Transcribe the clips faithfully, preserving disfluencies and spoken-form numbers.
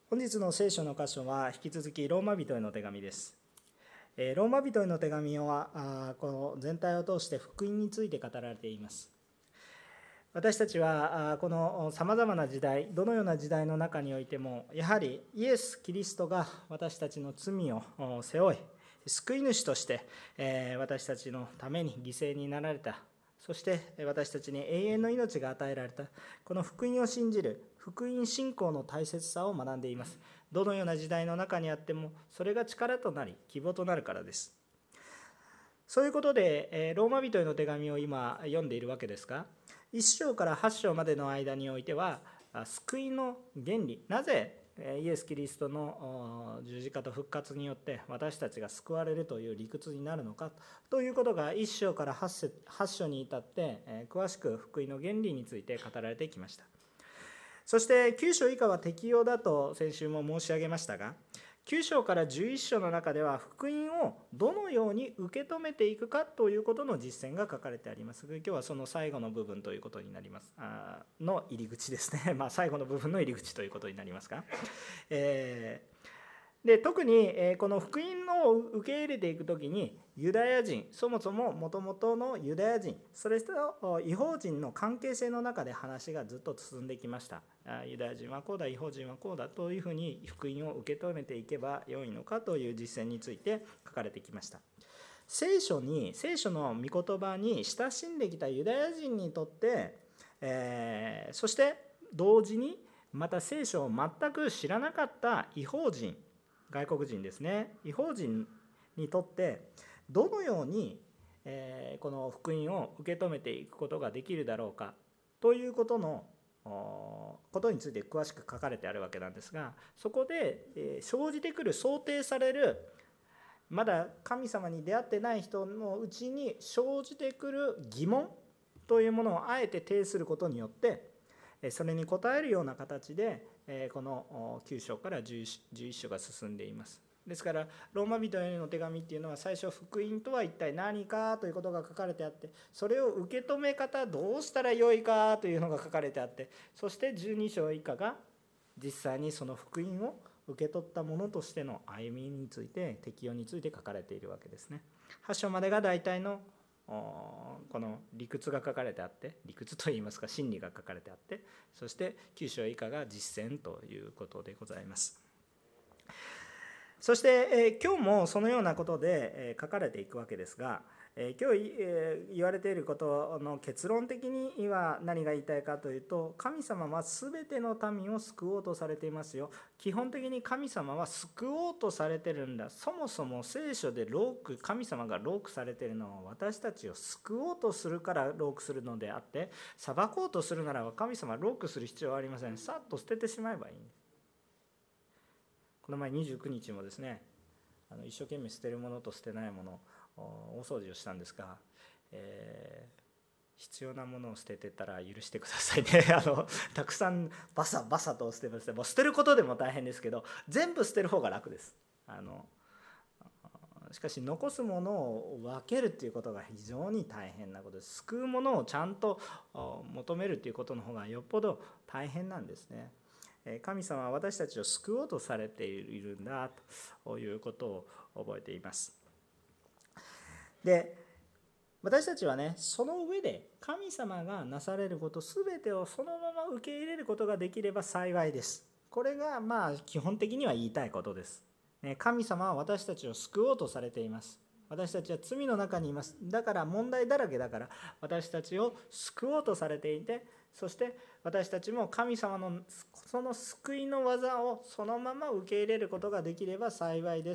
本日の聖書の箇所は引き続きローマ人への手紙です。ローマ人への手紙はこの全体を通して福音について語られています。私たちはこのさまざまな時代、どのような時代の中においても、やはりイエス・キリストが私たちの罪を背負い、救い主として私たちのために犠牲になられた。そして私たちに永遠の命が与えられた。この福音を信じる福音信仰の大切さを学んでいます。どのような時代の中にあってもそれが力となり希望となるからです。そういうことでローマ人への手紙を今読んでいるわけですが、いっ章からはち章までの間においては救いの原理、なぜイエス・キリストの十字架と復活によって私たちが救われるという理屈になるのかということがいっ章からはち章に至って詳しく福音の原理について語られてきました。そしてきゅう章以下は適用だと先週も申し上げましたが、きゅう章からじゅういっ章の中では福音をどのように受け止めていくかということの実践が書かれてあります。今日はその最後の部分ということになります。あの入り口ですね。まあ最後の部分の入り口ということになりますが、えーで特にこの福音を受け入れていくときにユダヤ人、そもそももともとのユダヤ人、それと異邦人の関係性の中で話がずっと進んできました。ユダヤ人はこうだ、異邦人はこうだというふうに福音を受け止めていけばよいのかという実践について書かれてきました。聖書に聖書の御言葉に親しんできたユダヤ人にとって、えー、そして同時にまた聖書を全く知らなかった異邦人、外国人ですね、異邦人にとってどのようにこの福音を受け止めていくことができるだろうかということのことについて詳しく書かれてあるわけなんですが、そこで生じてくる、想定される、まだ神様に出会ってない人のうちに生じてくる疑問というものをあえて呈することによってそれに応えるような形でこのきゅう章からじゅういっ章が進んでいます。ですからローマ人への手紙っていうのは最初福音とは一体何かということが書かれてあって、それを受け止め方どうしたらよいかというのが書かれてあって、そしてじゅうに章以下が実際にその福音を受け取ったものとしての歩みについて、適用について書かれているわけですね。はち章までが大体のこの理屈が書かれてあって、理屈といいますか真理が書かれてあって、そしてきゅう章以下が実践ということでございます。そして、え今日もそのようなことで、え書かれていくわけですが、え今日、え言われていることの結論的には何が言いたいかというと、神様は全ての民を救おうとされていますよ。基本的に神様は救おうとされてるんだ。そもそも聖書でローク、神様がロークされているのは私たちを救おうとするからロークするのであって、裁こうとするならば神様はロークする必要はありません。さっと捨ててしまえばいいんです。この前にじゅうくにちもですね、あの一生懸命捨てるものと捨てないもの大掃除をしたんですが、えー、必要なものを捨ててたら許してくださいね。あのたくさんバサバサと捨てまして、もう捨てることでも大変ですけど、全部捨てる方が楽です。あのしかし残すものを分けるということが非常に大変なことです。救うものをちゃんと求めるということの方がよっぽど大変なんですね。神様は私たちを救おうとされているんだということを覚えています。で、私たちはね、その上で神様がなされること全てをそのまま受け入れることができれば幸いです。これがまあ基本的には言いたいことです。神様は私たちを救おうとされています。私たちは罪の中にいます。だから問題だらけだから私たちを救おうとされていて、そして私たちも神様のその救いの技をそのまま受け入れることができれば幸いです。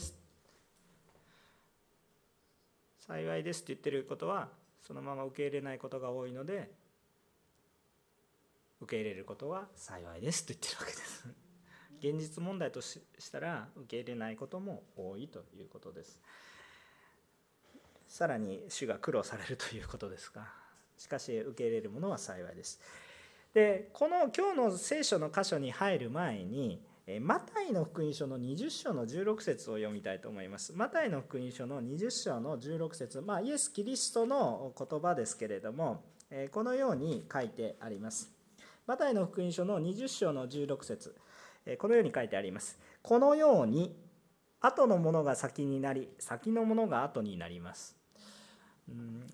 幸いですって言ってることはそのまま受け入れないことが多いので、受け入れることは幸いですと言ってるわけです。現実問題としたら受け入れないことも多いということです。さらに主が苦労されるということですが、しかし受け入れるものは幸いです。で、この今日の聖書の箇所に入る前にマタイの福音書のにじゅっ章のじゅうろく節を読みたいと思います。マタイの福音書のにじゅっ章のじゅうろく節、まあイエス・キリストの言葉ですけれども、このように書いてあります。マタイの福音書のにじゅっ章のじゅうろく節、 このように書いてあります。このように後のものが先になり、先のものが後になります。うん、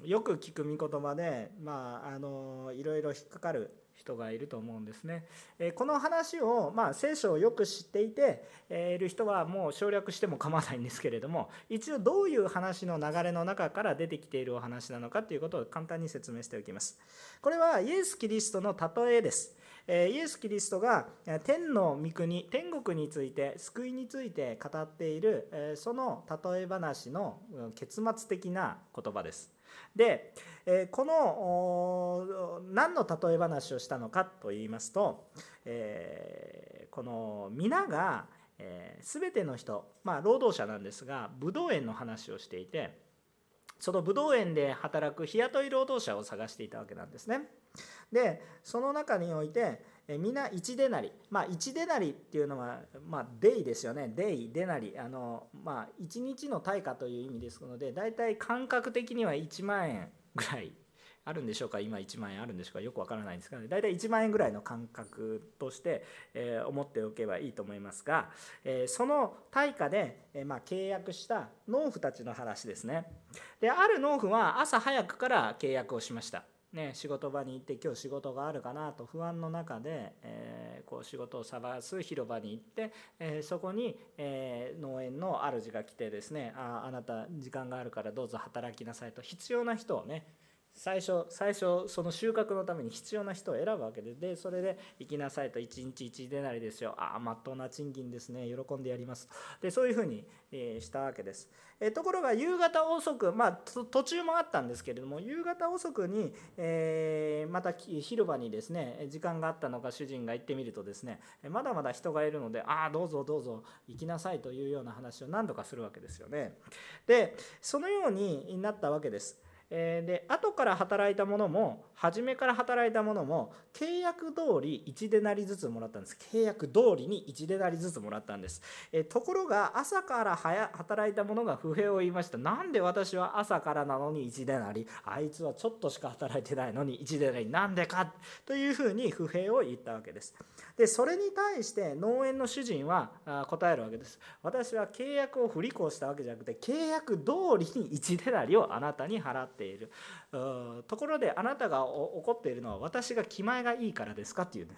よく聞く御言葉で、まあ、あのいろいろ引っかかる人がいると思うんですね。えこの話を、まあ、聖書をよく知っていている人はもう省略しても構わないんですけれども、一応どういう話の流れの中から出てきているお話なのかということを簡単に説明しておきます。これはイエス・キリストの例えです。イエス・キリストが天の御国、天国について、救いについて語っているその例え話の結末的な言葉です。で、この何の例え話をしたのかといいますと、この皆が全ての人、まあ労働者なんですが、ブドウ園の話をしていて、そのブドウ園で働く日雇い労働者を探していたわけなんですね。でその中において皆いちデナリ、まあいちデナリっていうのは、まあ、デイですよね。デイ、デナリ、あの、まあ、いちにちの対価という意味ですので、だいたい感覚的にはいちまんえんぐらいあるんでしょうか。今いちまんえんあるんでしょうか。よくわからないんですが、ね、だいたいいちまんえんぐらいの感覚として、えー、思っておけばいいと思いますが、えー、その対価で、えーまあ、契約した農夫たちの話ですね。で、ある農夫は朝早くから契約をしました。ね、仕事場に行って今日仕事があるかなと不安の中で、えー、こう仕事を探す広場に行って、えー、そこに、えー、農園の主が来てですね、あ、あなた時間があるからどうぞ働きなさいと、必要な人をね、最初最初その収穫のために必要な人を選ぶわけで、でそれで行きなさいと、いちにちいちデナリですよ、ああまっとうな賃金ですね、喜んでやります、でそういうふうに、えー、したわけです。えところが夕方遅く、まあ途中もあったんですけれども、夕方遅くに、えー、また広場にですね時間があったのか主人が行ってみるとですね、まだまだ人がいるので、ああどうぞどうぞ行きなさいというような話を何度かするわけですよね。でそのようになったわけです。で後から働いたものも初めから働いたものも契約通りいちデナリずつもらったんです。契約通りにいちデナリずつもらったんです。えところが朝から働いたものが不平を言いました。なんで私は朝からなのにいちデナリ、あいつはちょっとしか働いてないのにいちデナリ、なんでかというふうに不平を言ったわけです。でそれに対して農園の主人は答えるわけです。私は契約を不履行したわけじゃなくて、契約通りにいちデナリをあなたに払っている。ところであなたが怒っているのは私が気前がいいからですかっていうんです。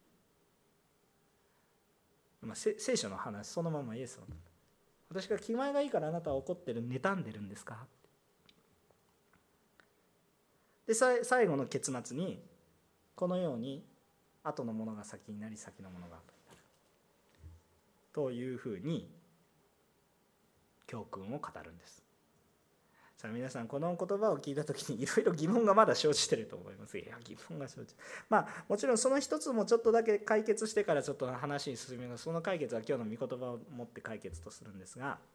まあ、聖書の話そのままイエスの、私が気前がいいからあなたは怒ってる、妬んでるんですか。で最後の結末にこのように後のものが先になり先のものが後になるというふうに教訓を語るんです。さあ皆さん、この言葉を聞いたときにいろいろ疑問がまだ生じていると思います。いや疑問が生じてまあもちろんその一つもちょっとだけ解決してからちょっと話に進みます。その解決は今日の御言葉を持って解決とするんですが、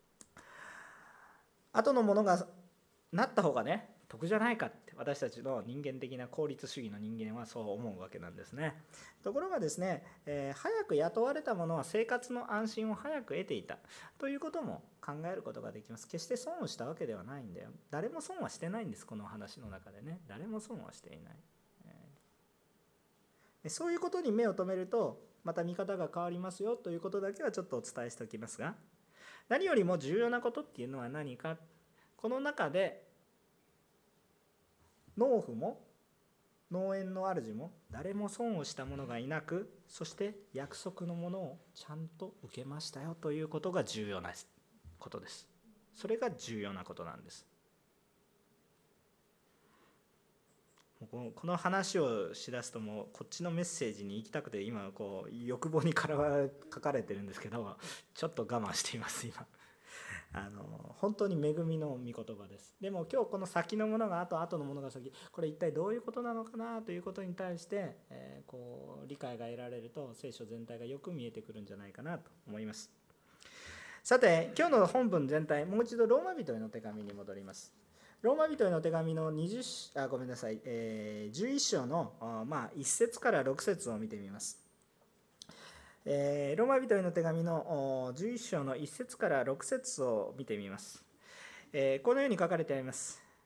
後のものがなった方がね得じゃないかって私たちの人間的な効率主義の人間はそう思うわけなんですね。ところがですね、えー、早く雇われた者は生活の安心を早く得ていたということも考えることができます。決して損をしたわけではないんだよ。誰も損はしてないんです。この話の中でね、誰も損はしていない。えー、そういうことに目を留めるとまた見方が変わりますよということだけはちょっとお伝えしておきますが、何よりも重要なことっていうのは何か、この中で農夫も農園の主も誰も損をした者がいなく、そして約束のものをちゃんと受けましたよということが重要なことです。それが重要なことなんです。この話をしだすともうこっちのメッセージに行きたくて今こう欲望にからわ書かれてるんですけど、ちょっと我慢しています今。あの本当に恵みの御言葉です。でも今日この先のものが後、後のものが先、これ一体どういうことなのかなということに対して、えー、こう理解が得られると聖書全体がよく見えてくるんじゃないかなと思います。さて今日の本文全体、もう一度ローマ人への手紙に戻ります。ローマ人への手紙のにじゅうあごめんなさい、えー、じゅういっ章の、まあ、いっ節からろく節を見てみます。えー、ローマ人への手紙のじゅういっ章のいっ節からろく節を見てみます。えー、このように書かれてあります。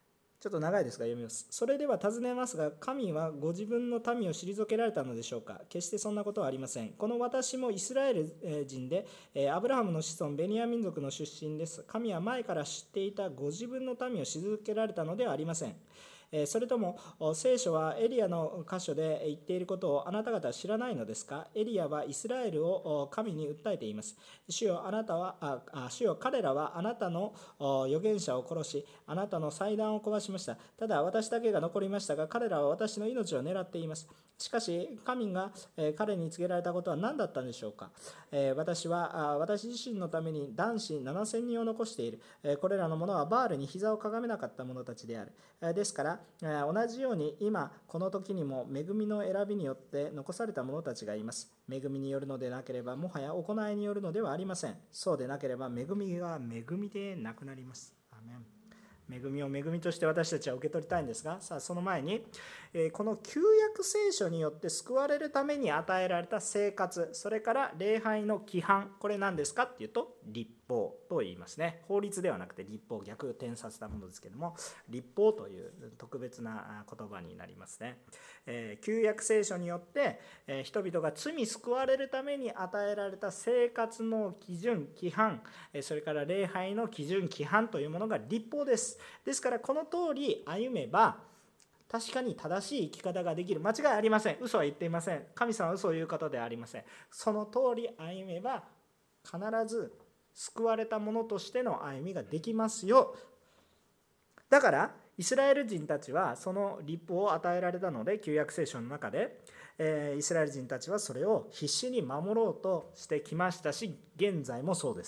ちょっと長いですが読みます。それでは尋ねますが、神はご自分の民を退けられたのでしょうか。決してそんなことはありません。この私もイスラエル人で、アブラハムの子孫ベニヤ民族の出身です。神は前から知っていたご自分の民を退けられたのではありません。それとも聖書はエリアの箇所で言っていることをあなた方は知らないのですか。エリアはイスラエルを神に訴えています。主よ、あなたはああ主よ、彼らはあなたの預言者を殺し、あなたの祭壇を壊しました。ただ私だけが残りましたが、彼らは私の命を狙っています。しかし神が彼に告げられたことは何だったんでしょうか。私は私自身のために男子ななせんにんを残している。これらの者はバールに膝をかがめなかった者たちである。ですから同じように今この時にも恵みの選びによって残された者たちがいます。恵みによるのでなければもはや行いによるのではありません。そうでなければ恵みが恵みでなくなります。アーメン。恵みを恵みとして私たちは受け取りたいんですが、さあその前にこの旧約聖書によって救われるために与えられた生活、それから礼拝の規範、これ何ですかっていうと律法と言いますね。法律ではなくて律法、逆転させたものですけども、律法という特別な言葉になりますね。旧約聖書によって人々が罪救われるために与えられた生活の基準、規範、それから礼拝の基準、規範というものが律法です。ですからこの通り歩めば確かに正しい生き方ができる。間違いありません。嘘は言っていません。神様は嘘を言う方ではありません。その通り歩めば必ず救われた者としての歩みができますよ。だからイスラエル人たちはその律法を与えられたので、旧約聖書の中で、えー、イスラエル人たちはそれを必死に守ろうとしてきましたし、現在もそうです。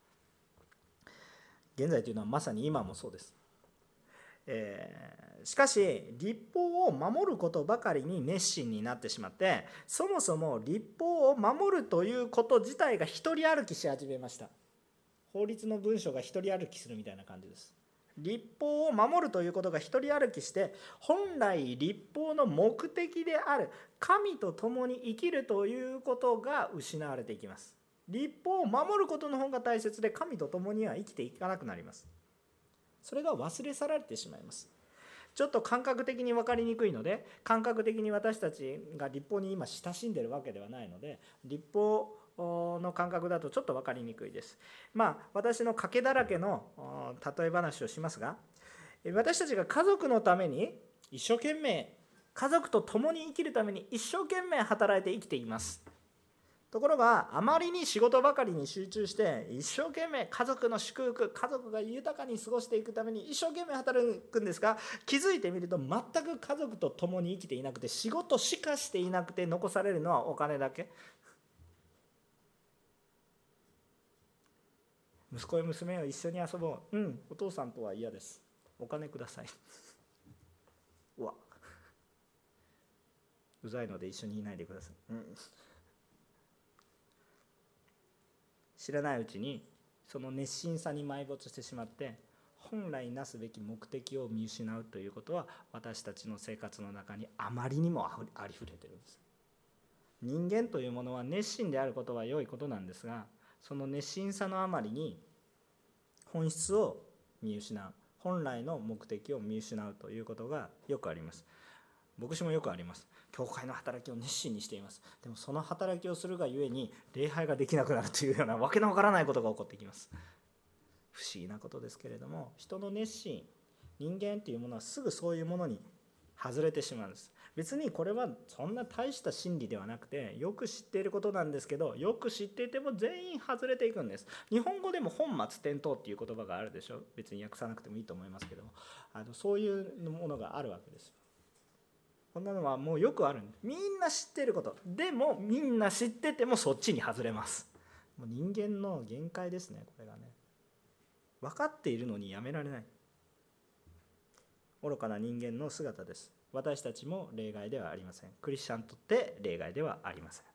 現在というのはまさに今もそうです。えー、しかし律法を守ることばかりに熱心になってしまって、そもそも律法を守るということ自体が一人歩きし始めました。法律の文書が一人歩きするみたいな感じです。律法を守るということが一人歩きして、本来律法の目的である神と共に生きるということが失われていきます。律法を守ることの方が大切で、神と共には生きていかなくなります。それが忘れ去られてしまいます。ちょっと感覚的に分かりにくいので、感覚的に私たちが律法に今親しんでいるわけではないので、律法の感覚だとちょっと分かりにくいです。まあ私の賭けだらけの例え話をしますが、私たちが家族のために一生懸命、家族と共に生きるために一生懸命働いて生きています。ところがあまりに仕事ばかりに集中して一生懸命家族の祝福、家族が豊かに過ごしていくために一生懸命働くんですが、気づいてみると全く家族と共に生きていなくて、仕事しかしていなくて、残されるのはお金だけ。息子や娘を一緒に遊ぼう。うん、お父さんとは嫌です。お金ください。うわ、うざいので一緒にいないでください。うん、知らないうちにその熱心さに埋没してしまって、本来なすべき目的を見失うということは私たちの生活の中にあまりにもありふれているんです。人間というものは熱心であることは良いことなんですが、その熱心さのあまりに本質を見失う、本来の目的を見失うということがよくあります。牧師もよくあります。教会の働きを熱心にしています。でもその働きをするがゆえに礼拝ができなくなるというようなわけのわからないことが起こってきます。不思議なことですけれども、人の熱心、人間というものはすぐそういうものに外れてしまうんです。別にこれはそんな大した真理ではなくて、よく知っていることなんですけど、よく知っていても全員外れていくんです。日本語でも本末転倒っていう言葉があるでしょ。別に訳さなくてもいいと思いますけども、あのそういうものがあるわけです。こんなのはもうよくあるんです。みんな知っていることでも、みんな知っててもそっちに外れます。もう人間の限界ですね、これがね。分かっているのにやめられない、愚かな人間の姿です。私たちも例外ではありません。クリスチャンにとって例外ではありません。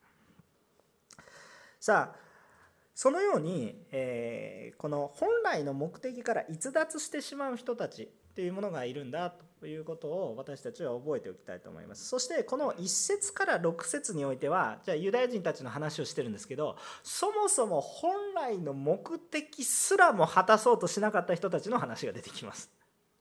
さあ、そのように、えー、この本来の目的から逸脱してしまう人たちというものがいるんだということを私たちは覚えておきたいと思います。そしてこのいっ節からろく節においては、じゃあユダヤ人たちの話をしてるんですけど、そもそも本来の目的すらも果たそうとしなかった人たちの話が出てきます。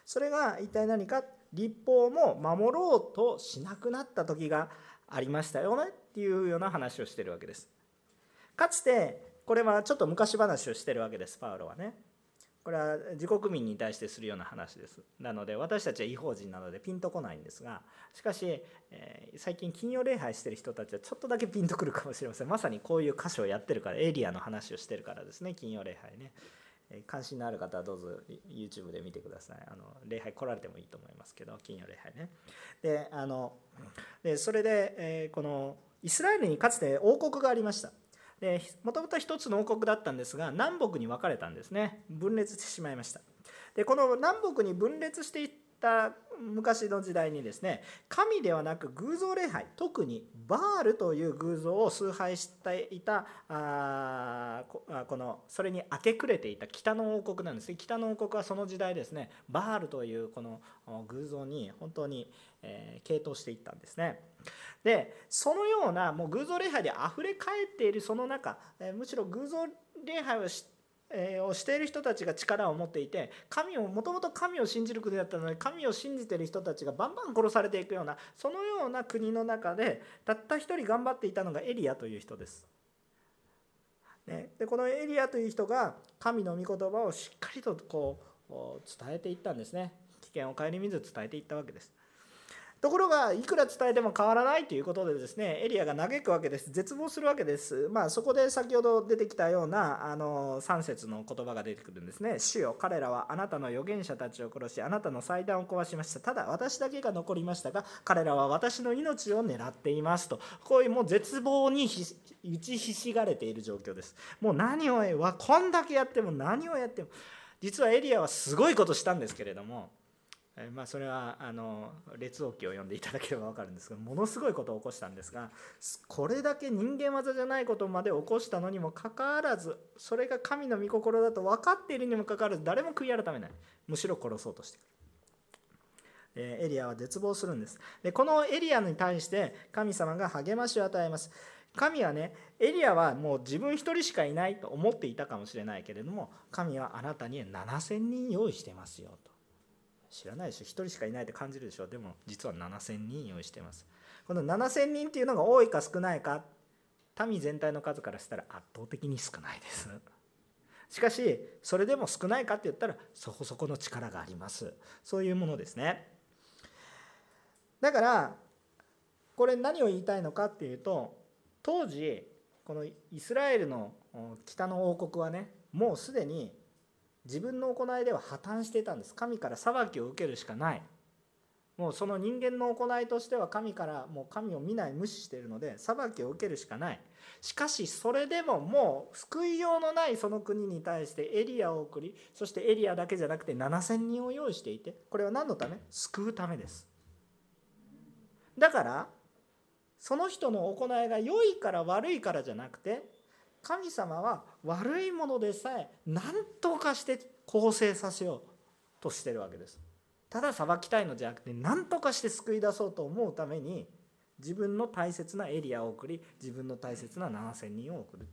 それが一体何か、律法も守ろうとしなくなった時がありましたよねっていうような話をしているわけです。かつてこれはちょっと昔話をしているわけです、パウロはね。これは自国民に対してするような話です。なので私たちは異邦人なのでピンとこないんですが、しかし、えー、最近金曜礼拝している人たちはちょっとだけピンとくるかもしれません。まさにこういう箇所をやってるから、エリアの話をしてるからですね、金曜礼拝ね。えー、関心のある方はどうぞ YouTube で見てください。あの礼拝来られてもいいと思いますけど、金曜礼拝ね。で、あのでそれで、えー、このイスラエルにかつて王国がありました。もともと一つの王国だったんですが、南北に分かれたんですね。分裂してしまいました。でこの南北に分裂していった昔の時代にですね、神ではなく偶像礼拝、特にバールという偶像を崇拝していた、あこのそれに明け暮れていた北の王国なんですね。北の王国はその時代ですね、バールというこの偶像に本当に、えー、傾倒していったんですね。でそのようなもう偶像礼拝であふれ返っているその中、えー、むしろ偶像礼拝をしをしている人たちが力を持っていて、神をもともと神を信じる国だったので、神を信じている人たちがバンバン殺されていくような、そのような国の中でたった一人頑張っていたのがエリアという人です。ね、でこのエリアという人が神の御言葉をしっかりとこう伝えていったんですね。危険を顧みず伝えていったわけです。ところがいくら伝えても変わらないということでですね、エリアが嘆くわけです。絶望するわけです。まあそこで先ほど出てきたようなあのさん節の言葉が出てくるんですね。主よ、彼らはあなたの預言者たちを殺し、あなたの祭壇を壊しました。ただ私だけが残りましたが、彼らは私の命を狙っていますと、こういうもう絶望に打ちひしがれている状況です。もう何をこんだけやっても何をやっても、実はエリアはすごいことしたんですけれども、まあそれはあの列王記を読んでいただければ分かるんですが、ものすごいことを起こしたんですが、これだけ人間業じゃないことまで起こしたのにもかかわらず、それが神の御心だと分かっているにもかかわらず、誰も悔い改めない。むしろ殺そうとしてくる。エリアは絶望するんです。でこのエリアに対して神様が励ましを与えます。神はね、エリアはもう自分一人しかいないと思っていたかもしれないけれども、神はあなたにななせんにん用意してますよと。知らないでしょ、ひとりしかいないって感じるでしょ。でも実はななせんにん用意しています。このななせんにんっていうのが多いか少ないか、民全体の数からしたら圧倒的に少ないです。しかしそれでも少ないかって言ったらそこそこの力があります。そういうものですね。だからこれ何を言いたいのかっていうと、当時このイスラエルの北の王国はね、もうすでに自分の行いでは破綻していたんです。神から裁きを受けるしかない。もうその人間の行いとしては神からもう神を見ない、無視しているので裁きを受けるしかない。しかしそれでももう救いようのないその国に対してエリアを送り、そしてエリアだけじゃなくてななせんにんを用意していて、これは何のため？救うためです。だからその人の行いが良いから悪いからじゃなくて、神様は悪いものでさえ何とかして更生させようとしているわけです。ただ裁きたいのじゃなくて、何とかして救い出そうと思うために自分の大切なエリアを送り、自分の大切なななせんにんを送る。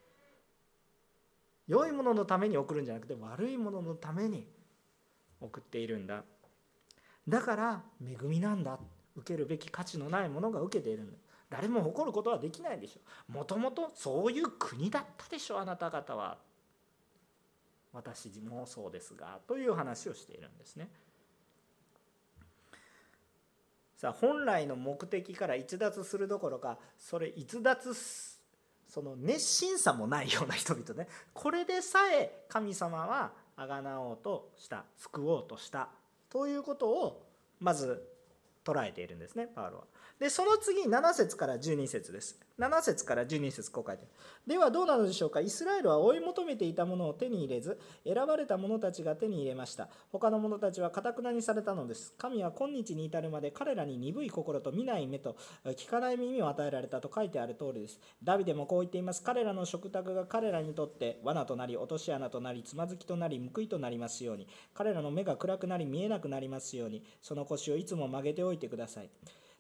良いもののために送るんじゃなくて、悪いもののために送っているんだ。だから恵みなんだ。受けるべき価値のないものが受けているんだ。誰も誇ることはできないでしょう。もともとそういう国だったでしょう、あなた方は。私もそうですが、という話をしているんですね。さあ、本来の目的から逸脱するどころか、それ逸脱すその熱心さもないような人々ね、これでさえ神様はあがなおうとした、救おうとしたということをまず捉えているんですね、パウロは。でその次なな節からじゅうに節です。なな節からじゅうに節、こう書いてある。ではどうなのでしょうか。イスラエルは追い求めていたものを手に入れず、選ばれた者たちが手に入れました。他の者たちは堅くなにされたのです。神は今日に至るまで彼らに鈍い心と見ない目と聞かない耳を与えられたと書いてある通りです。ダビデもこう言っています。彼らの食卓が彼らにとって罠となり、落とし穴となり、つまずきとなり、報いとなりますように。彼らの目が暗くなり見えなくなりますように。その腰をいつも曲げておいてください。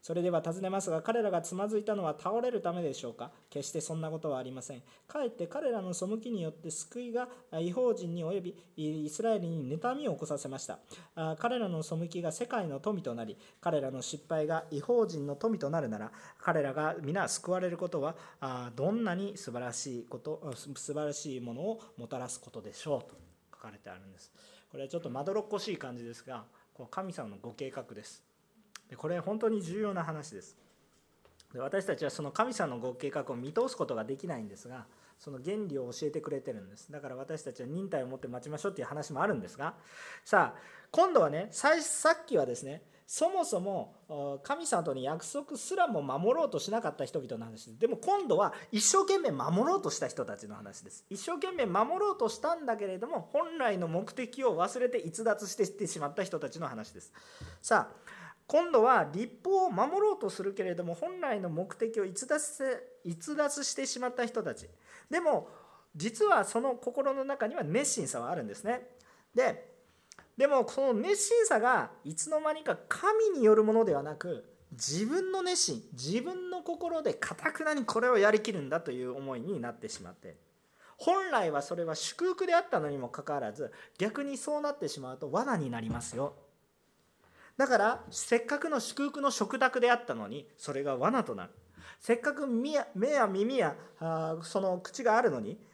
それでは尋ねますが、彼らがつまずいたのは倒れるためでしょうか？決してそんなことはありません。かえって彼らの背きによって救いが異邦人に及びイスラエルに妬みを起こさせました。彼らの背きが世界の富となり、彼らの失敗が異邦人の富となるなら、彼らが皆救われることはどんなに素晴らしいこと、素晴らしいものをもたらすことでしょうと書かれてあるんです。これはちょっとまどろっこしい感じですが、神様のご計画です。これは本当に重要な話です。で、私たちはその神様のご計画を見通すことができないんですが、その原理を教えてくれてるんです。だから私たちは忍耐を持って待ちましょうっていう話もあるんですが、さあ今度はね、さっきはですね、そもそも神様との約束すらも守ろうとしなかった人々の話です。でも今度は一生懸命守ろうとした人たちの話です。一生懸命守ろうとしたんだけれども、本来の目的を忘れて逸脱していってしまった人たちの話です。さあ今度は律法を守ろうとするけれども、本来の目的を逸脱して逸脱してしまった人たち。でも実はその心の中には熱心さはあるんですね。ででもその熱心さがいつの間にか神によるものではなく、自分の熱心、自分の心で堅くなにこれをやりきるんだという思いになってしまって、本来はそれは祝福であったのにもかかわらず、逆にそうなってしまうと罠になりますよ。だからせっかくの祝福の食卓であったのに、それが罠となる。せっかく目や耳やその口があるのに、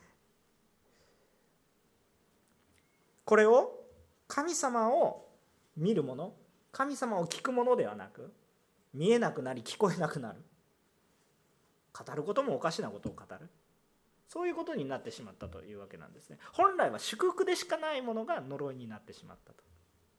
これを神様を見るもの、神様を聞くものではなく、見えなくなり聞こえなくなる。語ることもおかしなことを語る。そういうことになってしまったというわけなんですね。本来は祝福でしかないものが呪いになってしまったと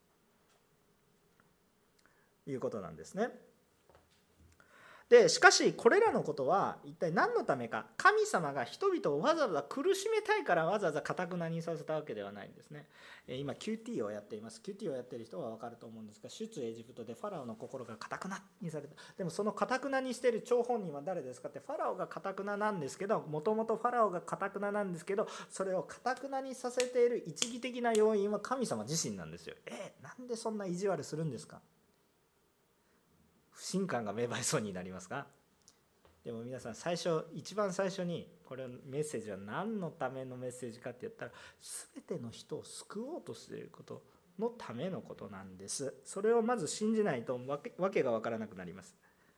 いうことなんですね。でしかしこれらのことは一体何のためか。神様が人々をわざわざ苦しめたいからわざわざ堅くなにさせたわけではないんですね。今 キューティー をやっています。 キューティー をやっている人は分かると思うんですが、出エジプトでファラオの心が堅くなにされた。でもその堅くなにしている張本人は誰ですかって、ファラオが堅くななんですけど、もともとファラオが堅くななんですけど、それを堅くなにさせている一義的な要因は神様自身なんですよ。えなんでそんな意地悪するんですか。不信感が芽生えそうになりますか。でも皆さん、最初一番最初にこれメッセージは何のためのメッセージかって言ったら、全ての人を救おうとすることのためのことなんです。それをまず信じないとわけ、わけが分からなくなります。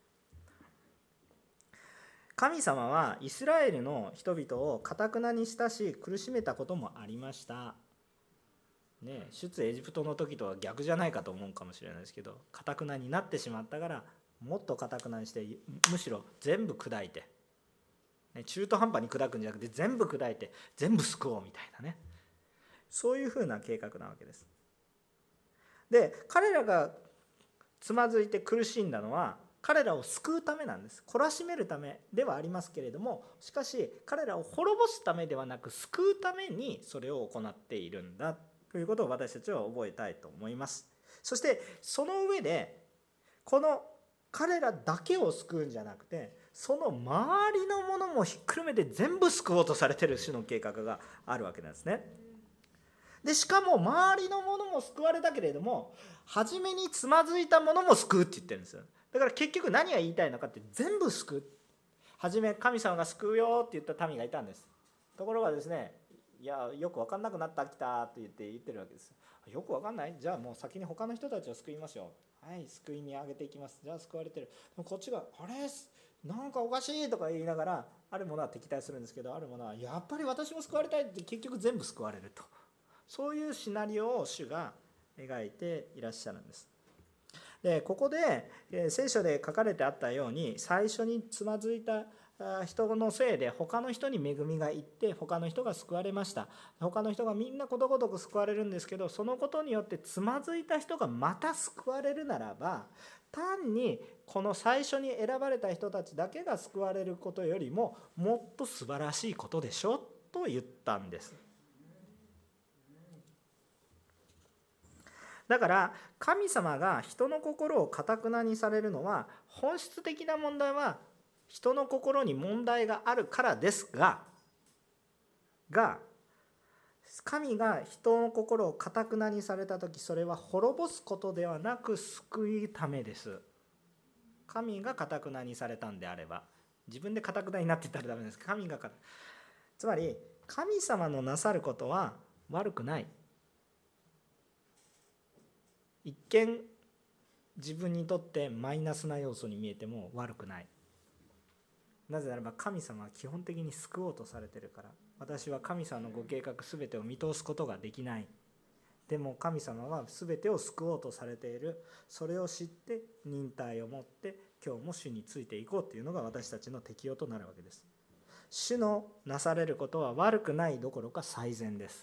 神様はイスラエルの人々を堅くなにしたし苦しめたこともありました。ね、出エジプトの時とは逆じゃないかと思うかもしれないですけど、堅くなになってしまったからもっと堅くなにして、むしろ全部砕いて、ね、中途半端に砕くんじゃなくて全部砕いて全部救おうみたいなね、そういうふうな計画なわけです。で彼らがつまずいて苦しんだのは彼らを救うためなんです。懲らしめるためではありますけれども、しかし彼らを滅ぼすためではなく救うためにそれを行っているんだということを私たちは覚えたいと思います。そしてその上で、この彼らだけを救うんじゃなくて、その周りのものもひっくるめて全部救おうとされている種の計画があるわけなんですね。でしかも周りのものも救われたけれども、初めにつまずいたものも救うって言ってるんですよ。だから結局何が言いたいのかって、全部救う。初め神様が救うよって言った民がいたんです。ところがですね、いやよく分かんなくなったきたと言って言ってるわけです。よく分かんない、じゃあもう先に他の人たちを救いましょう。はい、救いにあげていきます。じゃあ救われてる。こっちがあれなんかおかしいとか言いながら、あるものは敵対するんですけど、あるものはやっぱり私も救われたいって、結局全部救われると、そういうシナリオを主が描いていらっしゃるんです。でここで、えー、聖書で書かれてあったように、最初につまずいた人のせいで他の人に恵みがいって他の人が救われました。他の人がみんなことごとく救われるんですけど、そのことによってつまずいた人がまた救われるならば、単にこの最初に選ばれた人たちだけが救われることよりももっと素晴らしいことでしょと言ったんです。だから神様が人の心を堅くなにされるのは、本質的な問題は人の心に問題があるからですが、が神が人の心を堅くなにされたとき、それは滅ぼすことではなく救うためです。 神が堅くなにされたんであれば、自分で堅くなになっていったらダメです。神が堅く、つまり神様のなさることは悪くない。一見自分にとってマイナスな要素に見えても悪くない。なぜならば神様は基本的に救おうとされているから。私は神様のご計画すべてを見通すことができない。でも神様はすべてを救おうとされている。それを知って忍耐を持って今日も主についていこうというのが私たちの適用となるわけです。主のなされることは悪くないどころか最善です。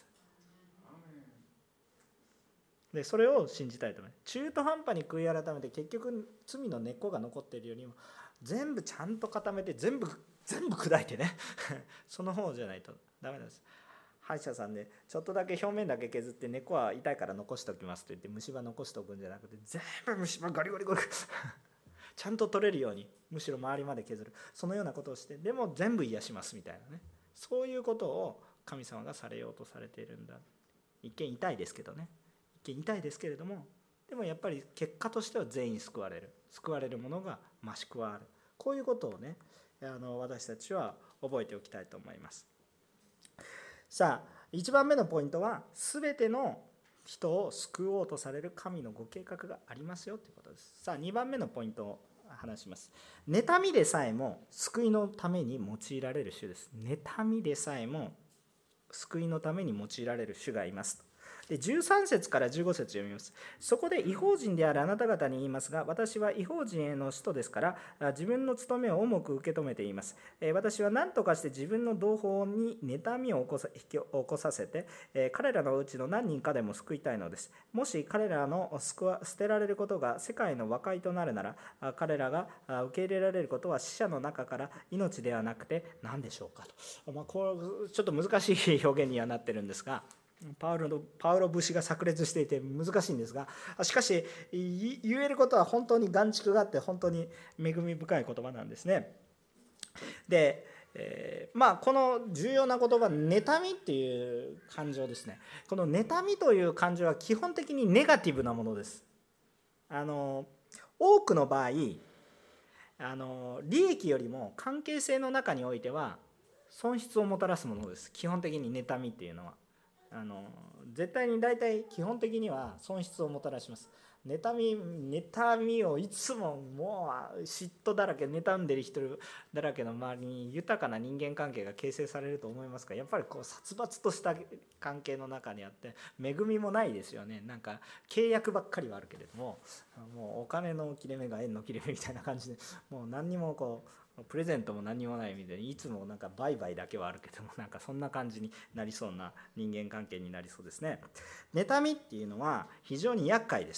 でそれを信じたいと思います。中途半端に悔い改めて結局罪の根っこが残っているよりも全部ちゃんと固めて全部全部砕いてねその方じゃないとダメなんです。歯医者さんでちょっとだけ表面だけ削って根っこは痛いから残しておきますと言って虫歯残しておくんじゃなくて全部虫歯ガリガリガリちゃんと取れるようにむしろ周りまで削る、そのようなことをしてでも全部癒しますみたいなね、そういうことを神様がされようとされているんだ。一見痛いですけどね、一見痛いですけれども、でもやっぱり結果としては全員救われる、救われるものが増し加わる、こういうことをねあの私たちは覚えておきたいと思います。さあいちばんめのポイントは全ての人を救おうとされる神のご計画がありますよということです。さあにばんめのポイントを話します。妬みでさえも救いのために用いられる主です。妬みでさえも救いのために用いられる主がいますと。でじゅうさん節からじゅうご節読みます。そこで異邦人であるあなた方に言いますが、私は異邦人への使徒ですから自分の務めを重く受け止めています。私は何とかして自分の同胞に妬みを起こさ、引き起こさせて彼らのうちの何人かでも救いたいのです。もし彼らの救わ捨てられることが世界の和解となるなら、彼らが受け入れられることは死者の中から命ではなくて何でしょうかと、まあ、こうちょっと難しい表現にはなってるんですが、パウロのパウロ節が炸裂していて難しいんですが、しかし言えることは本当に眼蓄があって本当に恵み深い言葉なんですね。で、えー、まあこの重要な言葉妬みっていう感情ですね。この妬みという感情は基本的にネガティブなものです。あの多くの場合あの利益よりも関係性の中においては損失をもたらすものです。基本的に妬みっていうのはあの絶対に大体基本的には損失をもたらします。妬み妬みをいつももう嫉妬だらけ妬んでる人だらけの周りに豊かな人間関係が形成されると思いますか？やっぱりこう殺伐とした関係の中にあって恵みもないですよね。なんか契約ばっかりはあるけれども、もうお金の切れ目が縁の切れ目みたいな感じで、もう何にもこうプレゼントも何にもないみたいにいつもなんか売買だけはあるけども、なんかそんな感じになりそうな人間関係になりそうですね。妬みっていうのは非常に厄介です。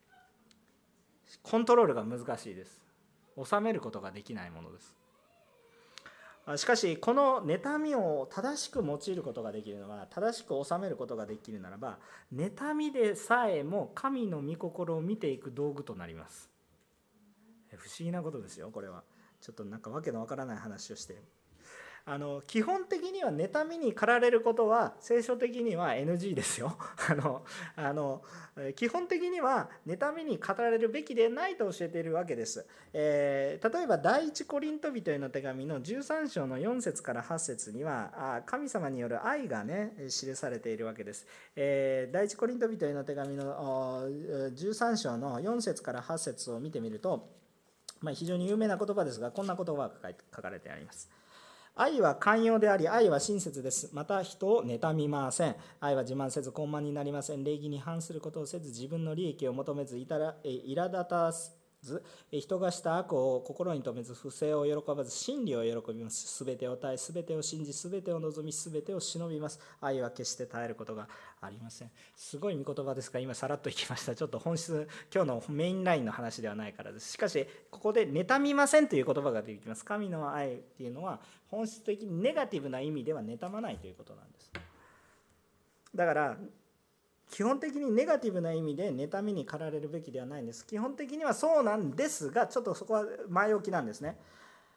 コントロールが難しいです。収めることができないものです。しかしこの妬みを正しく用いることができるのは、正しく収めることができるならば、妬みでさえも神の御心を見ていく道具となります。不思議なことですよ。これはちょっとなんかわけのわからない話をしている。あの基本的には妬みに駆られることは聖書的には エヌジー ですよ。あのあの基本的には妬みに駆られるべきでないと教えているわけです。えー、例えば第一コリント人への手紙のじゅうさん章のよん節からはち節には神様による愛がね記されているわけです。えー、第一コリント人への手紙のじゅうさん章のよん節からはち節を見てみると、まあ、非常に有名な言葉ですが、こんな言葉が書かれてあります。愛は寛容であり、愛は親切です。また人を妬みません。愛は自慢せず傲慢になりません。礼儀に反することをせず、自分の利益を求めず、いたら苛立たず、人がした悪を心に留めず、不正を喜ばず、真理を喜びます。すべてを耐え、すべてを信じ、すべてを望み、すべてを忍びます。愛は決して耐えることがありません。すごい御言葉ですが、今さらっといきました。ちょっと本質、今日のメインラインの話ではないからです。しかしここで妬みませんという言葉が出てきます。神の愛っていうのは本質的にネガティブな意味では妬まないということなんです。だから基本的にネガティブな意味で妬みに駆られるべきではないんです。基本的にはそうなんですが、ちょっとそこは前置きなんですね。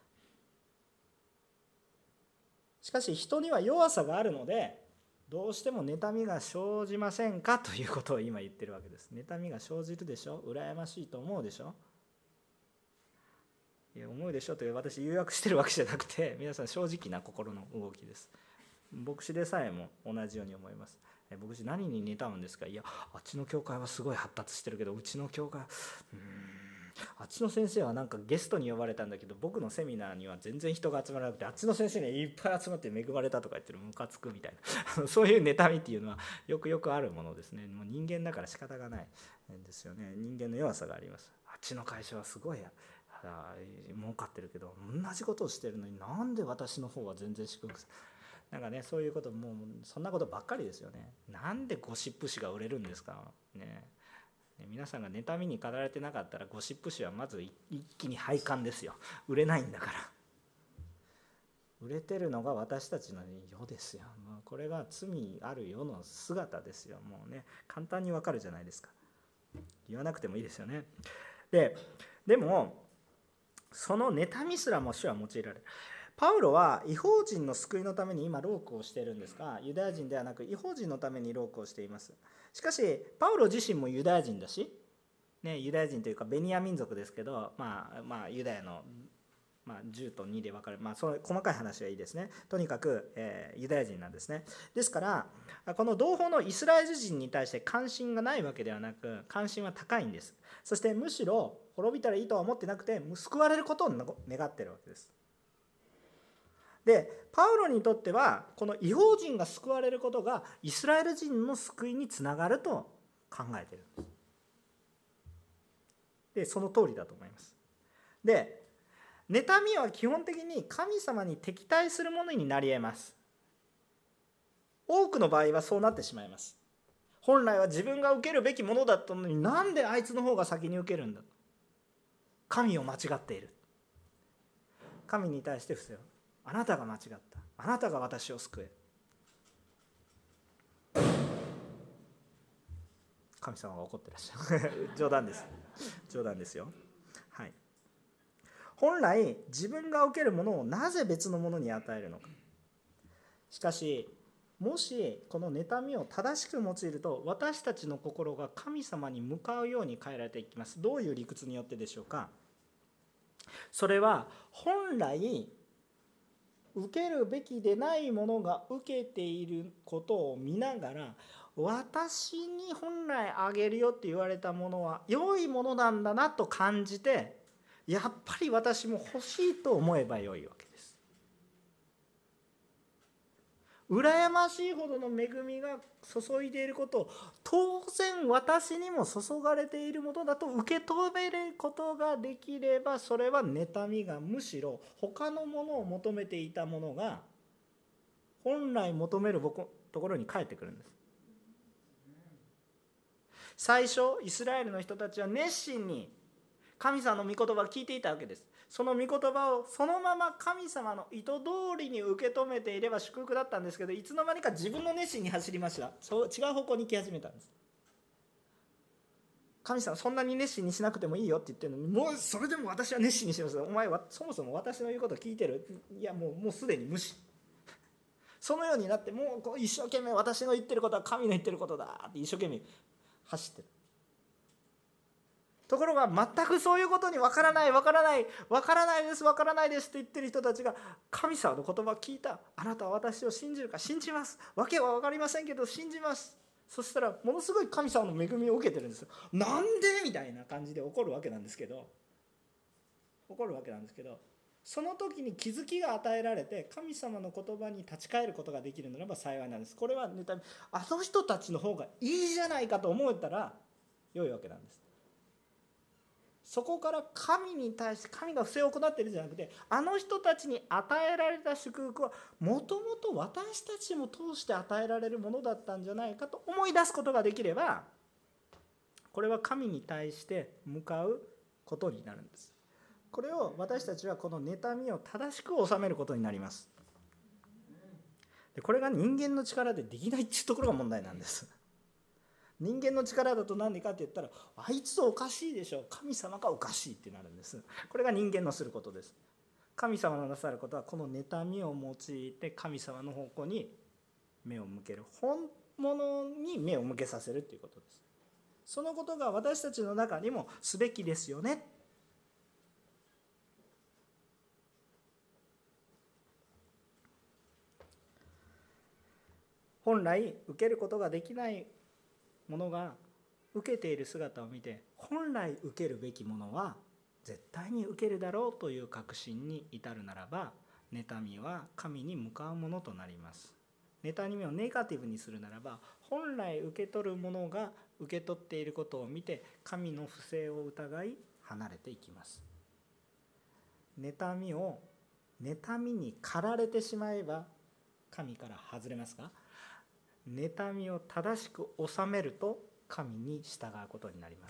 しかし人には弱さがあるので、どうしても妬みが生じませんかということを今言ってるわけです。妬みが生じるでしょ、羨ましいと思うでしょ。 いや思うでしょという私誘惑してるわけじゃなくて、皆さん正直な心の動きです。牧師でさえも同じように思います。牧師何に妬むんですか。いやあっちの教会はすごい発達してるけどうちの教会うーんあっちの先生はなんかゲストに呼ばれたんだけど僕のセミナーには全然人が集まらなくて、あっちの先生にはいっぱい集まって恵まれたとか言ってる、ムカつくみたいなそういう妬みっていうのはよくよくあるものですね。もう人間だから仕方がないんですよね。人間の弱さがあります。あっちの会社はすごいや儲かってるけど同じことをしてるのになんで私の方は全然祝福する。なんかね、そういうこともうそんなことばっかりですよね。なんでゴシップ誌が売れるんですかね。皆さんが妬みに駆られてなかったらゴシップ誌はまず一気に廃刊ですよ。売れないんだから。売れてるのが私たちの世ですよ。もうこれが罪ある世の姿ですよ。もうね簡単にわかるじゃないですか。言わなくてもいいですよね。ででもその妬みすらも主は用いられる。パウロは異邦人の救いのために今労苦をしているんですが、ユダヤ人ではなく異邦人のために労苦をしています。しかしパウロ自身もユダヤ人だし、ね、ユダヤ人というかベニヤ民族ですけど、まあ、まあユダヤの、まあ、じゅうとにで分かれる、まあ、その細かい話はいいですね。とにかく、えー、ユダヤ人なんですね。ですからこの同胞のイスラエル人に対して関心がないわけではなく、関心は高いんです。そしてむしろ滅びたらいいとは思ってなくて救われることを願っているわけです。でパウロにとってはこの異邦人が救われることがイスラエル人の救いにつながると考えているんです。でその通りだと思います。で妬みは基本的に神様に敵対するものになり得ます。多くの場合はそうなってしまいます。本来は自分が受けるべきものだったのになんであいつの方が先に受けるんだ。神を間違っている。神に対して伏せよう。あなたが間違った。あなたが私を救え。神様が怒ってらっしゃる冗談です。冗談ですよ。はい。本来自分が受けるものをなぜ別のものに与えるのか。しかしもしこの妬みを正しく用いると私たちの心が神様に向かうように変えられていきます。どういう理屈によってでしょうか。それは本来受けるべきでないものが受けていることを見ながら、私に本来あげるよって言われたものは良いものなんだなと感じて、やっぱり私も欲しいと思えばよいわけです。羨ましいほどの恵みが注いでいることを当然私にも注がれているものだと受け止めることができれば、それは妬みがむしろ他のものを求めていたものが本来求めるところに返ってくるんです。最初イスラエルの人たちは熱心に神様の御言葉を聞いていたわけです。その御言葉をそのまま神様の意図通りに受け止めていれば祝福だったんですけど、いつの間にか自分の熱心に走りました。そう違う方向に行き始めたんです。神様そんなに熱心にしなくてもいいよって言ってるのに、もうそれでも私は熱心にします。お前はそもそも私の言うことを聞いてる。いやもうもうすでに無視。そのようになって、もうこう一生懸命私の言ってることは神の言ってることだって一生懸命走ってる。ところが全くそういうことに分からない分からない分からないです分からないですって言ってる人たちが神様の言葉を聞いた。あなたは私を信じるか。信じます。わけは分かりませんけど信じます。そしたらものすごい神様の恵みを受けてるんですよ。なんでみたいな感じで怒るわけなんですけど怒るわけなんですけどその時に気づきが与えられて神様の言葉に立ち返ることができるならば幸いなんです。これは妬み、あの人たちの方がいいじゃないかと思えたら良いわけなんです。そこから神に対して神が不正を行っているんじゃなくて、あの人たちに与えられた祝福はもともと私たちも通して与えられるものだったんじゃないかと思い出すことができれば、これは神に対して向かうことになるんです。これを私たちはこの妬みを正しく収めることになります。でこれが人間の力でできないっていうところが問題なんです。人間の力だと何でかって言ったら、あいつおかしいでしょ、神様がおかしいってなるんです。これが人間のすることです。神様のなさることはこの妬みを用いて神様の方向に目を向ける、本物に目を向けさせるということです。そのことが私たちの中にもすべきですよね。 本来受けることができないものが受けている姿を見て、本来受けるべきものは絶対に受けるだろうという確信に至るならば、妬みは神に向かうものとなります。妬みをネガティブにするならば、本来受け取るものが受け取っていることを見て、神の不正を疑い離れていきます。妬みを妬みに駆られてしまえば神から外れますか？妬みを正しく収めると神に従うことになります。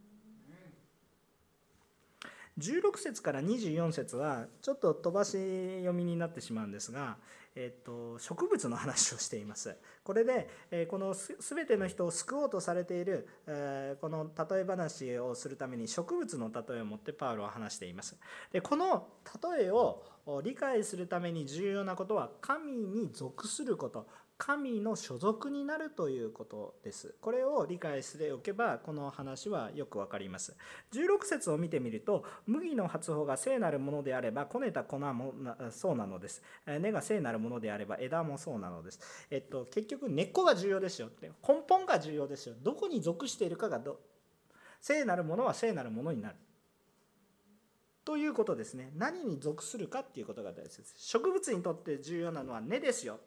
じゅうろく節からにじゅうよん節はちょっと飛ばし読みになってしまうんですが、えっと、植物の話をしています。これで、えー、このすべての人を救おうとされている、えー、この例え話をするために植物の例えを持ってパウロは話しています。で、この例えを理解するために重要なことは、神に属すること、神の所属になるということです。これを理解しておけばこの話はよくわかります。じゅうろく節を見てみると、麦の発穂が聖なるものであればこねた粉もそうなのです。根が聖なるものであれば枝もそうなのです。えっと、結局根っこが重要ですよって、根本が重要ですよ。どこに属しているかがど聖なるものは聖なるものになるということですね。何に属するかっていうことが大切です。植物にとって重要なのは根ですよ。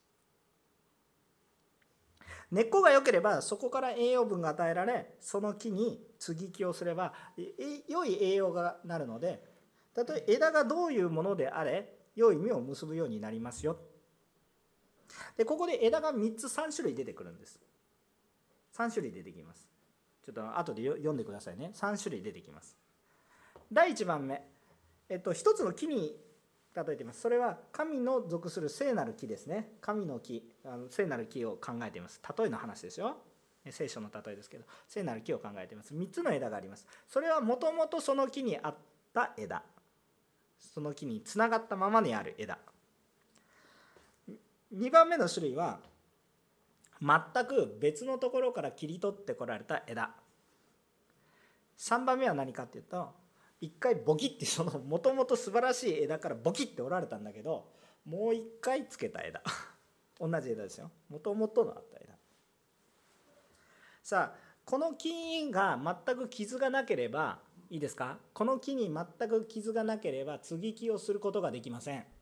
根っこが良ければそこから栄養分が与えられ、その木に接ぎ木をすれば良い栄養がなるので、たとえ枝がどういうものであれ良い実を結ぶようになりますよ。で、ここで枝がみっつさん種類出てくるんです。さん種類出てきます。ちょっと後で読んでくださいね。さん種類出てきます。だいいちばんめ、えっと、一つの木に例えています。それは神の属する聖なる木ですね。神の木、あの聖なる木を考えています。例えの話ですよ。聖書の例えですけど、聖なる木を考えています。みっつの枝があります。それはもともとその木にあった枝、その木につながったままにある枝。にばんめの種類は全く別のところから切り取ってこられた枝。さんばんめは何かっていうと、一回ボキッて、そのもともと素晴らしい枝からボキッて折られたんだけど、もう一回つけた枝同じ枝ですよ。もともとのあった枝。さあ、この木が全く傷がなければいいですか？この木に全く傷がなければ接ぎ木をすることができません。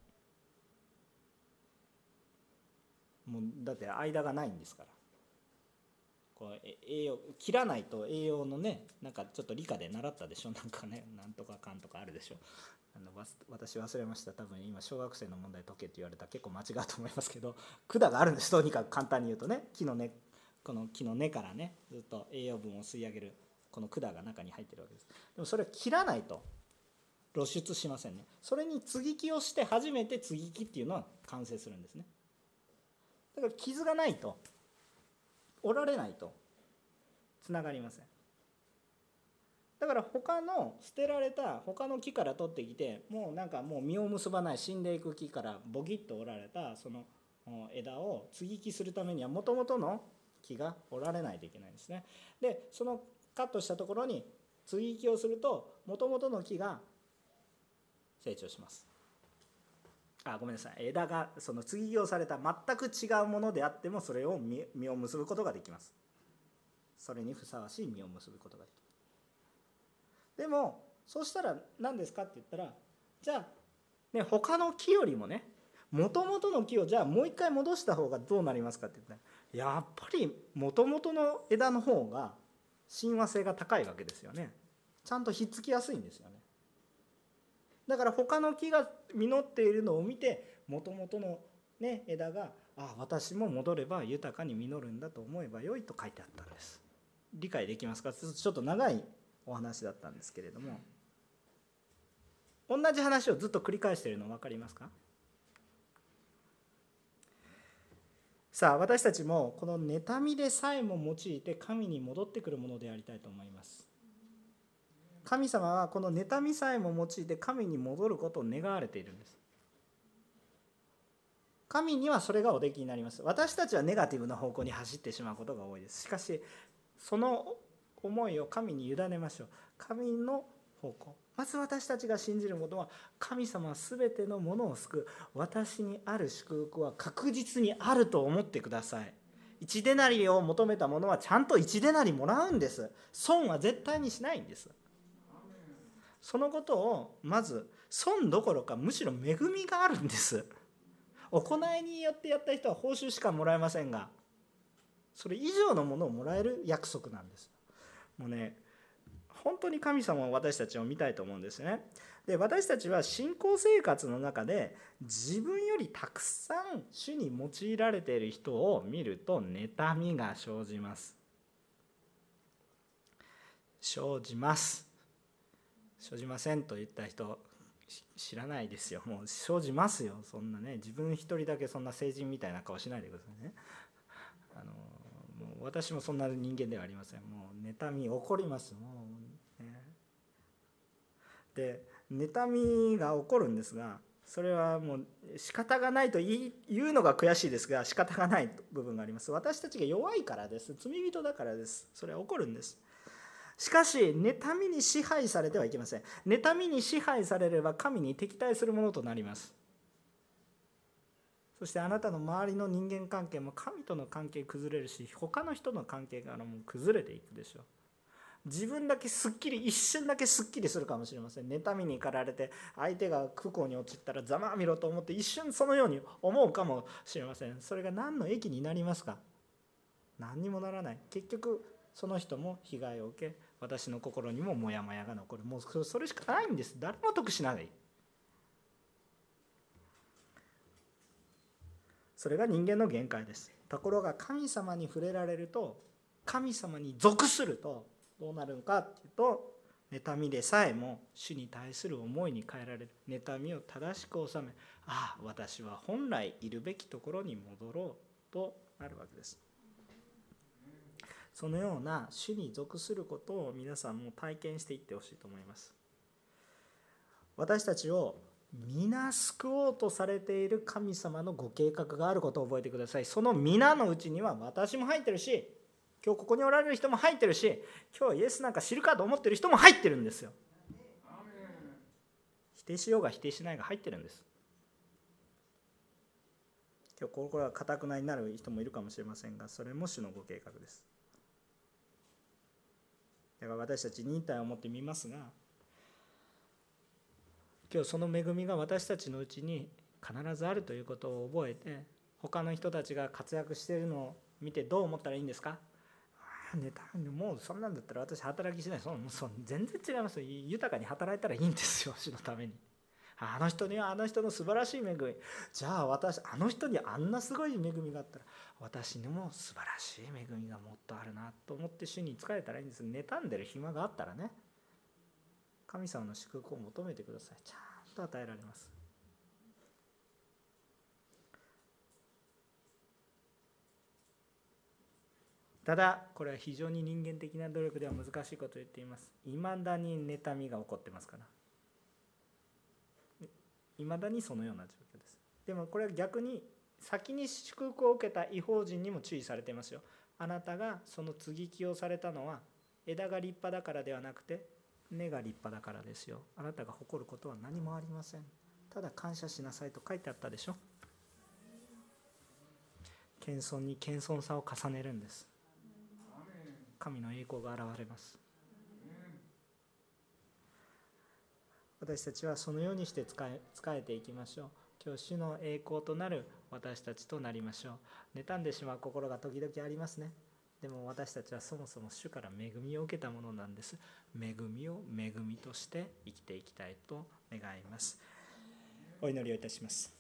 もうだって間がないんですから。こう栄養切らないと、栄養のね、なんかちょっと理科で習ったでしょ、なんかね、なんとかかんとかあるでしょ。あの私忘れました。多分今小学生の問題解けって言われたら結構間違うと思いますけど、管があるんです。とにかく簡単に言うとね、木の根、この木の根からね、ずっと栄養分を吸い上げるこの管が中に入ってるわけです。でもそれを切らないと露出しませんね。それに接ぎ木をして初めて接ぎ木っていうのは完成するんですね。だから傷がないと、折られないとつながりません。だから他の捨てられた他の木から取ってきて、もうなんかもう実を結ばない死んでいく木からボキッと折られたその枝を接ぎ木するためにはもともとの木が折られないといけないんですね。で、そのカットしたところに接ぎ木をするともともとの木が成長します。あ、ごめんなさい。枝がその接ぎ木をされた全く違うものであっても、それを実を結ぶことができます。それにふさわしい実を結ぶことができます。でもそうしたら何ですかって言ったら、じゃあね、他の木よりもね、もともとの木をじゃあもう一回戻した方がどうなりますかって言ったら、やっぱりもともとの枝の方が親和性が高いわけですよね。ちゃんとひっつきやすいんですよね。だから他の木が実っているのを見て、もともとの、ね、枝が、あ、私も戻れば豊かに実るんだと思えばよいと書いてあったんです。理解できますか？ちょっと長いお話だったんですけれども、同じ話をずっと繰り返しているの分かりますか？さあ、私たちもこの妬みでさえも用いて神に戻ってくるものでありたいと思います。神様はこの妬みさえも用いて神に戻ることを願われているんです。神にはそれがおできになります。私たちはネガティブな方向に走ってしまうことが多いです。しかしその思いを神に委ねましょう。神の方向、 まず私たちが信じることは、神様は全てのものを救う。私にある祝福は確実にあると思ってください。一デナリを求めた者はちゃんと一デナリもらうんです。損は絶対にしないんです。そのことをまず損どころかむしろ恵みがあるんです。行いによってやった人は報酬しかもらえませんが、それ以上のものをもらえる約束なんです。もうね、本当に神様は私たちを見たいと思うんですね。で、私たちは信仰生活の中で自分よりたくさん主に用いられている人を見ると妬みが生じます。生じます。生じませんと言った人知らないですよ。もう生じますよ。そんなね、自分一人だけそんな聖人みたいな顔しないでくださいね。あのもう私もそんな人間ではありません。もう妬み起こります。もう、ね、で妬みが起こるんですが、それはもう仕方がないと言うのが悔しいですが、仕方がない部分があります。私たちが弱いからです。罪人だからです。それは起こるんです。しかし妬みに支配されてはいけません。妬みに支配されれば神に敵対するものとなります。そしてあなたの周りの人間関係も神との関係崩れるし、他の人の関係からも崩れていくでしょう。自分だけすっきり、一瞬だけすっきりするかもしれません。妬みに駆られて相手が不幸に陥ったらざまあみろと思って一瞬そのように思うかもしれません。それが何の益になりますか？何にもならない。結局その人も被害を受け、私の心にもモヤモヤが残る。もうそれしかないんです。誰も得しない。それが人間の限界です。ところが神様に触れられると、神様に属するとどうなるのかというと、妬みでさえも主に対する思いに変えられる。妬みを正しく収め、ああ私は本来いるべきところに戻ろうとなるわけです。そのような主に属することを皆さんも体験していってほしいと思います。私たちを皆救おうとされている神様のご計画があることを覚えてください。その皆のうちには私も入ってるし、今日ここにおられる人も入ってるし、今日イエスなんか知るかと思ってる人も入ってるんですよ。否定しようが否定しないが入ってるんです。今日心が固くなになる人もいるかもしれませんが、それも主のご計画です。だから私たち忍耐を持ってみますが、今日その恵みが私たちのうちに必ずあるということを覚えて、他の人たちが活躍しているのを見てどう思ったらいいんですか？あね、もうそんなんだったら私働きしない。そそ全然違いますよ。豊かに働いたらいいんですよ、主のために。あの人にはあの人の素晴らしい恵み、じゃあ私あの人にあんなすごい恵みがあったら私にも素晴らしい恵みがもっとあるなと思って主に仕えたらいいんです。妬んでる暇があったらね、神様の祝福を求めてください。ちゃんと与えられます。ただこれは非常に人間的な努力では難しいことを言っています。いまだに妬みが起こってますから、いまだにそのような状況です。でもこれは逆に先に祝福を受けた異邦人にも注意されていますよ。あなたがその接ぎ木をされたのは枝が立派だからではなくて根が立派だからですよ。あなたが誇ることは何もありません。ただ感謝しなさいと書いてあったでしょ。謙遜に謙遜さを重ねるんです。神の栄光が現れます。私たちはそのようにして仕え、仕えていきましょう。今日主の栄光となる私たちとなりましょう。妬んでしまう心が時々ありますね。でも私たちはそもそも主から恵みを受けたものなんです。恵みを恵みとして生きていきたいと願います。お祈りをいたします。